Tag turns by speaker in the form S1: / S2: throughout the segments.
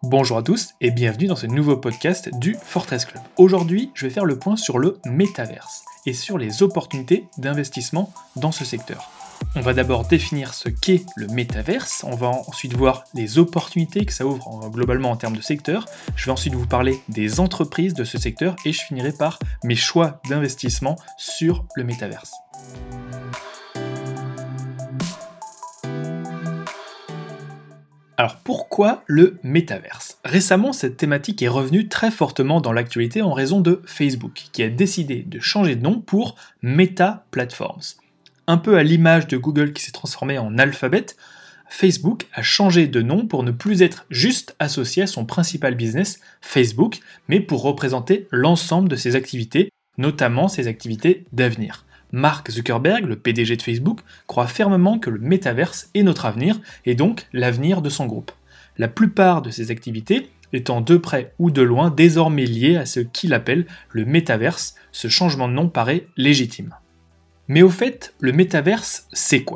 S1: Bonjour à tous et bienvenue dans ce nouveau podcast du Fortress Club. Aujourd'hui, je vais faire le point sur le métaverse et sur les opportunités d'investissement dans ce secteur. On va d'abord définir ce qu'est le métaverse, on va ensuite voir les opportunités que ça ouvre globalement en termes de secteur, je vais ensuite vous parler des entreprises de ce secteur et je finirai par mes choix d'investissement sur le métaverse. Alors pourquoi le métaverse ? Récemment, cette thématique est revenue très fortement dans l'actualité en raison de Facebook, qui a décidé de changer de nom pour Meta Platforms. Un peu à l'image de Google qui s'est transformé en Alphabet, Facebook a changé de nom pour ne plus être juste associé à son principal business, Facebook, mais pour représenter l'ensemble de ses activités, notamment ses activités d'avenir. Mark Zuckerberg, le PDG de Facebook, croit fermement que le métaverse est notre avenir et donc l'avenir de son groupe. La plupart de ses activités étant de près ou de loin désormais liées à ce qu'il appelle le métaverse, ce changement de nom paraît légitime. Mais au fait, le métaverse, c'est quoi ?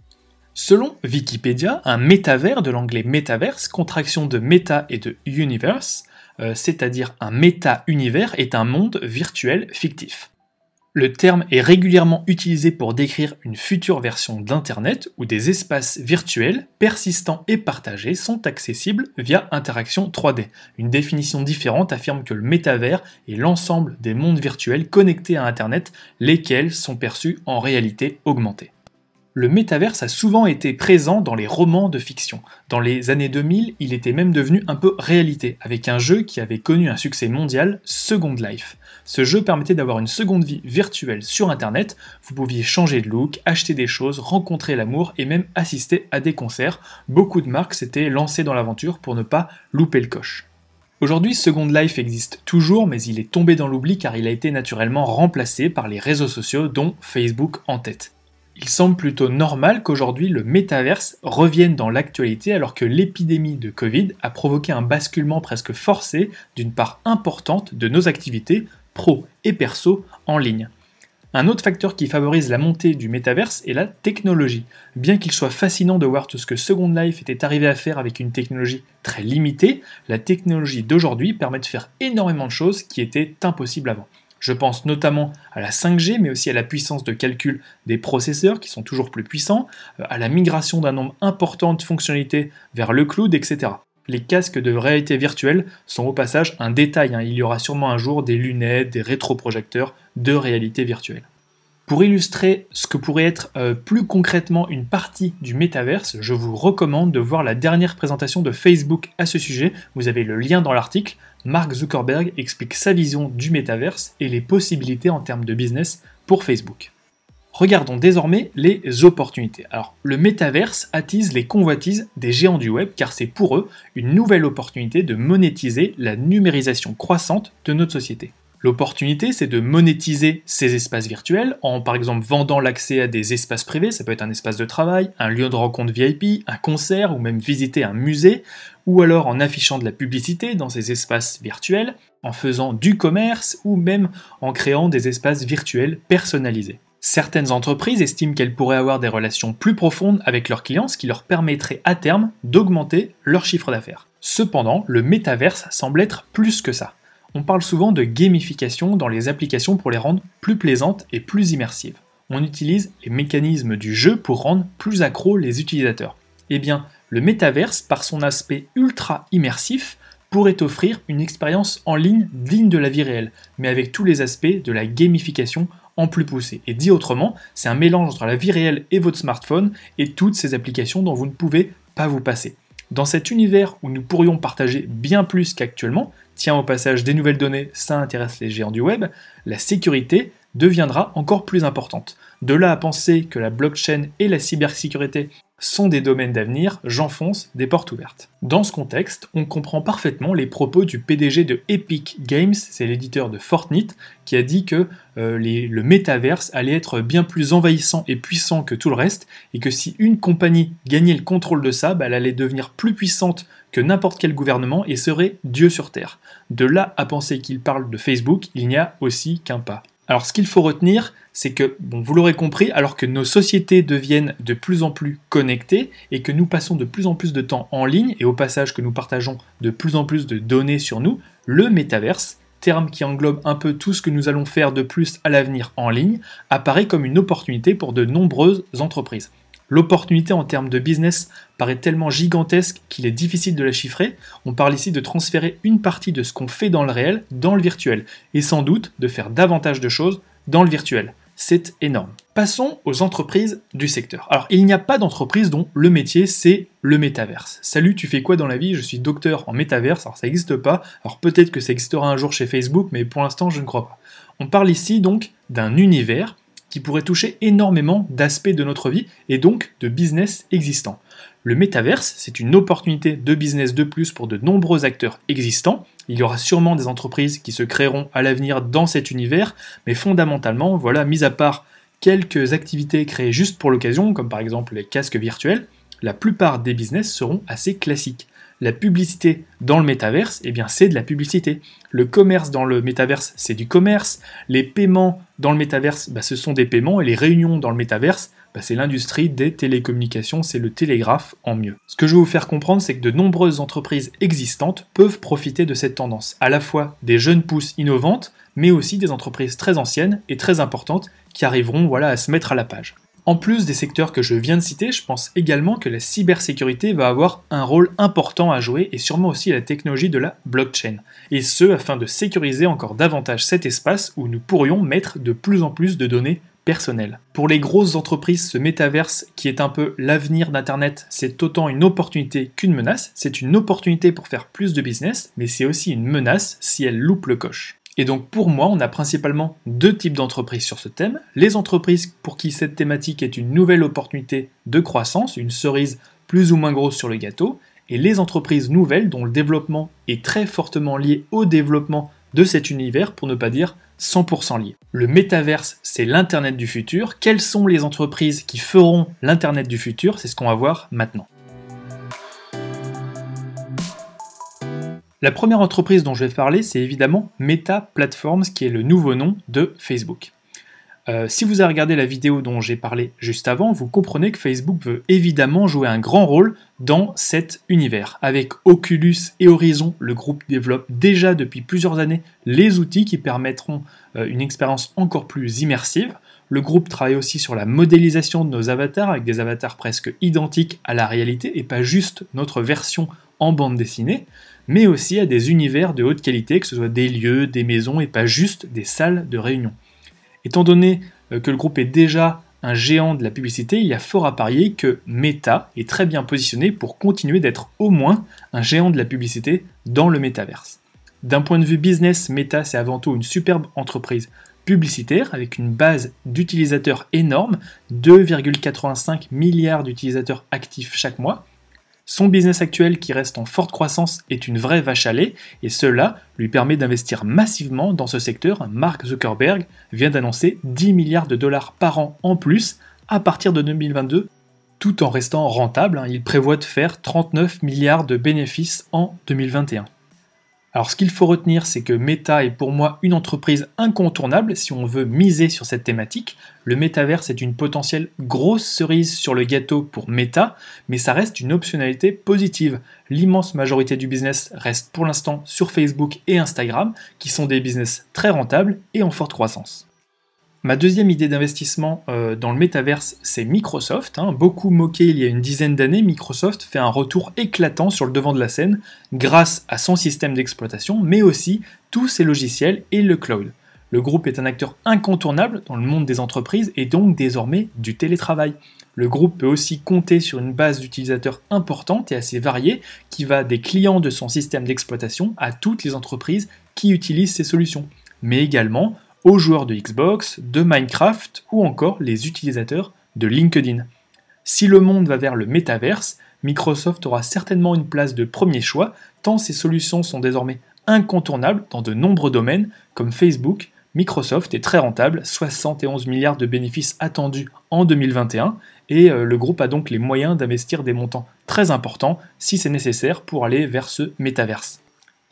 S1: Selon Wikipédia, un métavers, de l'anglais metaverse, contraction de méta et de universe, c'est-à-dire un méta-univers, est un monde virtuel fictif. Le terme est régulièrement utilisé pour décrire une future version d'Internet où des espaces virtuels, persistants et partagés sont accessibles via interaction 3D. Une définition différente affirme que le métavers est l'ensemble des mondes virtuels connectés à Internet, lesquels sont perçus en réalité augmentée. Le métaverse a souvent été présent dans les romans de fiction. Dans les années 2000, il était même devenu un peu réalité, avec un jeu qui avait connu un succès mondial, Second Life. Ce jeu permettait d'avoir une seconde vie virtuelle sur Internet, vous pouviez changer de look, acheter des choses, rencontrer l'amour et même assister à des concerts. Beaucoup de marques s'étaient lancées dans l'aventure pour ne pas louper le coche. Aujourd'hui, Second Life existe toujours, mais il est tombé dans l'oubli car il a été naturellement remplacé par les réseaux sociaux, dont Facebook en tête. Il semble plutôt normal qu'aujourd'hui le métaverse revienne dans l'actualité alors que l'épidémie de Covid a provoqué un basculement presque forcé d'une part importante de nos activités pro et perso en ligne. Un autre facteur qui favorise la montée du métaverse est la technologie. Bien qu'il soit fascinant de voir tout ce que Second Life était arrivé à faire avec une technologie très limitée, la technologie d'aujourd'hui permet de faire énormément de choses qui étaient impossibles avant. Je pense notamment à la 5G, mais aussi à la puissance de calcul des processeurs qui sont toujours plus puissants, à la migration d'un nombre important de fonctionnalités vers le cloud, etc. Les casques de réalité virtuelle sont au passage un détail, il y aura sûrement un jour des lunettes, des rétroprojecteurs de réalité virtuelle. Pour illustrer ce que pourrait être plus concrètement une partie du métaverse, je vous recommande de voir la dernière présentation de Facebook à ce sujet, vous avez le lien dans l'article. Mark Zuckerberg explique sa vision du métaverse et les possibilités en termes de business pour Facebook. Regardons désormais les opportunités. Alors, le métaverse attise les convoitises des géants du web car c'est pour eux une nouvelle opportunité de monétiser la numérisation croissante de notre société. L'opportunité, c'est de monétiser ces espaces virtuels en, par exemple, vendant l'accès à des espaces privés, ça peut être un espace de travail, un lieu de rencontre VIP, un concert ou même visiter un musée, ou alors en affichant de la publicité dans ces espaces virtuels, en faisant du commerce ou même en créant des espaces virtuels personnalisés. Certaines entreprises estiment qu'elles pourraient avoir des relations plus profondes avec leurs clients, ce qui leur permettrait à terme d'augmenter leur chiffre d'affaires. Cependant, le métaverse semble être plus que ça. On parle souvent de gamification dans les applications pour les rendre plus plaisantes et plus immersives. On utilise les mécanismes du jeu pour rendre plus accros les utilisateurs. Eh bien, le métaverse, par son aspect ultra immersif, pourrait offrir une expérience en ligne digne de la vie réelle, mais avec tous les aspects de la gamification en plus poussé. Et dit autrement, c'est un mélange entre la vie réelle et votre smartphone et toutes ces applications dont vous ne pouvez pas vous passer. Dans cet univers où nous pourrions partager bien plus qu'actuellement, tiens au passage des nouvelles données, ça intéresse les géants du web, la sécurité deviendra encore plus importante. De là à penser que la blockchain et la cybersécurité sont des domaines d'avenir, j'enfonce des portes ouvertes. Dans ce contexte, on comprend parfaitement les propos du PDG de Epic Games, c'est l'éditeur de Fortnite, qui a dit que le métaverse allait être bien plus envahissant et puissant que tout le reste, et que si une compagnie gagnait le contrôle de ça, elle allait devenir plus puissante que n'importe quel gouvernement et serait Dieu sur Terre. De là à penser qu'il parle de Facebook, il n'y a aussi qu'un pas. Alors ce qu'il faut retenir, c'est que, vous l'aurez compris, alors que nos sociétés deviennent de plus en plus connectées et que nous passons de plus en plus de temps en ligne et au passage que nous partageons de plus en plus de données sur nous, le métaverse, terme qui englobe un peu tout ce que nous allons faire de plus à l'avenir en ligne, apparaît comme une opportunité pour de nombreuses entreprises. L'opportunité en termes de business paraît tellement gigantesque qu'il est difficile de la chiffrer. On parle ici de transférer une partie de ce qu'on fait dans le réel dans le virtuel, et sans doute de faire davantage de choses dans le virtuel. C'est énorme. Passons aux entreprises du secteur. Alors, il n'y a pas d'entreprise dont le métier, c'est le métaverse. Salut, tu fais quoi dans la vie? Je suis docteur en métaverse. Alors, ça n'existe pas. Alors, peut-être que ça existera un jour chez Facebook, mais pour l'instant, je ne crois pas. On parle ici donc d'un univers qui pourrait toucher énormément d'aspects de notre vie et donc de business existants. Le métaverse, c'est une opportunité de business de plus pour de nombreux acteurs existants. Il y aura sûrement des entreprises qui se créeront à l'avenir dans cet univers, mais fondamentalement, mis à part quelques activités créées juste pour l'occasion, comme par exemple les casques virtuels, la plupart des business seront assez classiques. La publicité dans le métaverse, c'est de la publicité. Le commerce dans le métaverse, c'est du commerce. Les paiements dans le métaverse, ce sont des paiements. Et les réunions dans le métaverse, c'est l'industrie des télécommunications, c'est le télégraphe en mieux. Ce que je veux vous faire comprendre, c'est que de nombreuses entreprises existantes peuvent profiter de cette tendance. À la fois des jeunes pousses innovantes, mais aussi des entreprises très anciennes et très importantes qui arriveront à se mettre à la page. En plus des secteurs que je viens de citer, je pense également que la cybersécurité va avoir un rôle important à jouer et sûrement aussi la technologie de la blockchain. Et ce, afin de sécuriser encore davantage cet espace où nous pourrions mettre de plus en plus de données personnelles. Pour les grosses entreprises, ce métaverse qui est un peu l'avenir d'Internet, c'est autant une opportunité qu'une menace. C'est une opportunité pour faire plus de business, mais c'est aussi une menace si elle loupe le coche. Et donc pour moi, on a principalement deux types d'entreprises sur ce thème. Les entreprises pour qui cette thématique est une nouvelle opportunité de croissance, une cerise plus ou moins grosse sur le gâteau, et les entreprises nouvelles dont le développement est très fortement lié au développement de cet univers, pour ne pas dire 100% lié. Le métaverse, c'est l'Internet du futur. Quelles sont les entreprises qui feront l'Internet du futur? C'est ce qu'on va voir maintenant. La première entreprise dont je vais parler, c'est évidemment Meta Platforms, qui est le nouveau nom de Facebook. Si vous avez regardé la vidéo dont j'ai parlé juste avant, vous comprenez que Facebook veut évidemment jouer un grand rôle dans cet univers. Avec Oculus et Horizon, le groupe développe déjà depuis plusieurs années les outils qui permettront une expérience encore plus immersive. Le groupe travaille aussi sur la modélisation de nos avatars, avec des avatars presque identiques à la réalité et pas juste notre version en bande dessinée, mais aussi à des univers de haute qualité, que ce soit des lieux, des maisons et pas juste des salles de réunion. Étant donné que le groupe est déjà un géant de la publicité, il y a fort à parier que Meta est très bien positionné pour continuer d'être au moins un géant de la publicité dans le métaverse. D'un point de vue business, Meta c'est avant tout une superbe entreprise publicitaire avec une base d'utilisateurs énorme, 2,85 milliards d'utilisateurs actifs chaque mois. Son business actuel, qui reste en forte croissance, est une vraie vache à lait, et cela lui permet d'investir massivement dans ce secteur. Mark Zuckerberg vient d'annoncer 10 milliards de dollars par an en plus à partir de 2022, tout en restant rentable. Il prévoit de faire 39 milliards de bénéfices en 2021. Alors ce qu'il faut retenir, c'est que Meta est pour moi une entreprise incontournable si on veut miser sur cette thématique. Le métaverse est une potentielle grosse cerise sur le gâteau pour Meta, mais ça reste une optionnalité positive. L'immense majorité du business reste pour l'instant sur Facebook et Instagram, qui sont des business très rentables et en forte croissance. Ma deuxième idée d'investissement dans le métaverse, c'est Microsoft. Beaucoup moqué il y a une dizaine d'années, Microsoft fait un retour éclatant sur le devant de la scène grâce à son système d'exploitation, mais aussi tous ses logiciels et le cloud. Le groupe est un acteur incontournable dans le monde des entreprises et donc désormais du télétravail. Le groupe peut aussi compter sur une base d'utilisateurs importante et assez variée qui va des clients de son système d'exploitation à toutes les entreprises qui utilisent ces solutions, mais également aux joueurs de Xbox, de Minecraft ou encore les utilisateurs de LinkedIn. Si le monde va vers le métaverse, Microsoft aura certainement une place de premier choix, tant ces solutions sont désormais incontournables dans de nombreux domaines, comme Facebook. Microsoft est très rentable, 71 milliards de bénéfices attendus en 2021, et le groupe a donc les moyens d'investir des montants très importants si c'est nécessaire pour aller vers ce métaverse.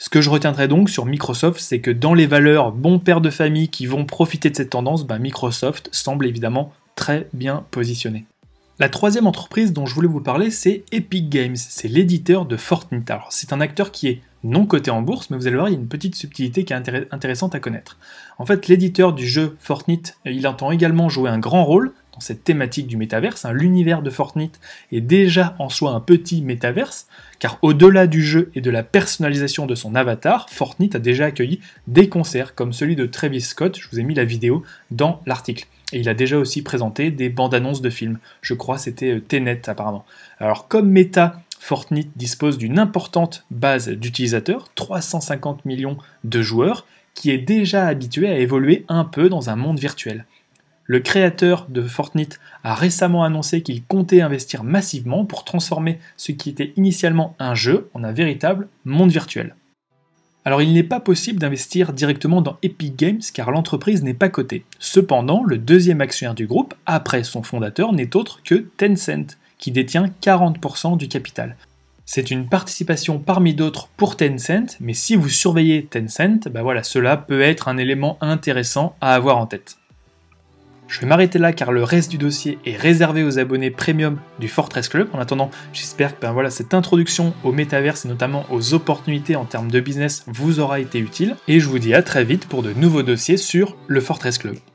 S1: Ce que je retiendrai donc sur Microsoft, c'est que dans les valeurs bon père de famille qui vont profiter de cette tendance, Microsoft semble évidemment très bien positionné. La troisième entreprise dont je voulais vous parler, c'est Epic Games, c'est l'éditeur de Fortnite. Alors c'est un acteur qui est non coté en bourse, mais vous allez voir, il y a une petite subtilité qui est intéressante à connaître. En fait, l'éditeur du jeu Fortnite, il entend également jouer un grand rôle dans cette thématique du métaverse. L'univers de Fortnite est déjà en soi un petit métaverse, car au-delà du jeu et de la personnalisation de son avatar, Fortnite a déjà accueilli des concerts comme celui de Travis Scott, je vous ai mis la vidéo dans l'article. Et il a déjà aussi présenté des bandes annonces de films. Je crois que c'était Tenet apparemment. Alors comme Meta, Fortnite dispose d'une importante base d'utilisateurs, 350 millions de joueurs, qui est déjà habitué à évoluer un peu dans un monde virtuel. Le créateur de Fortnite a récemment annoncé qu'il comptait investir massivement pour transformer ce qui était initialement un jeu en un véritable monde virtuel. Alors il n'est pas possible d'investir directement dans Epic Games car l'entreprise n'est pas cotée. Cependant, le deuxième actionnaire du groupe, après son fondateur, n'est autre que Tencent, qui détient 40% du capital. C'est une participation parmi d'autres pour Tencent, mais si vous surveillez Tencent, cela peut être un élément intéressant à avoir en tête. Je vais m'arrêter là car le reste du dossier est réservé aux abonnés premium du Fortress Club. En attendant, j'espère que cette introduction au métaverse et notamment aux opportunités en termes de business vous aura été utile. Et je vous dis à très vite pour de nouveaux dossiers sur le Fortress Club.